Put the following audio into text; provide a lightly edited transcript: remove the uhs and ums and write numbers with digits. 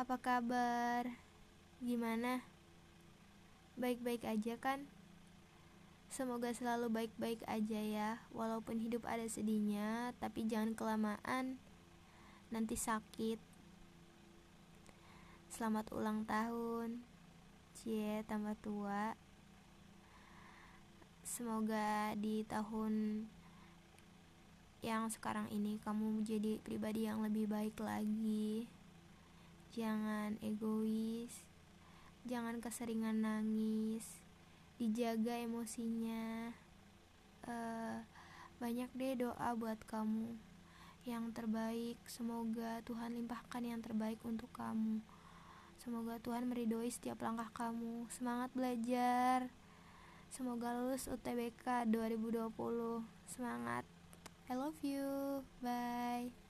apa kabar? Gimana? Baik-baik aja kan? Semoga selalu baik-baik aja ya. Walaupun hidup ada sedihnya, tapi jangan kelamaan, nanti sakit. Selamat ulang tahun. Cie, tambah tua. Semoga di tahun yang sekarang ini kamu menjadi pribadi yang lebih baik lagi. Jangan egois, jangan keseringan nangis, dijaga emosinya. Banyak deh doa buat kamu yang terbaik. Semoga Tuhan limpahkan yang terbaik untuk kamu. Semoga Tuhan meridhoi setiap langkah kamu. Semangat belajar. Semoga lulus UTBK 2020. Semangat. I love you. Bye.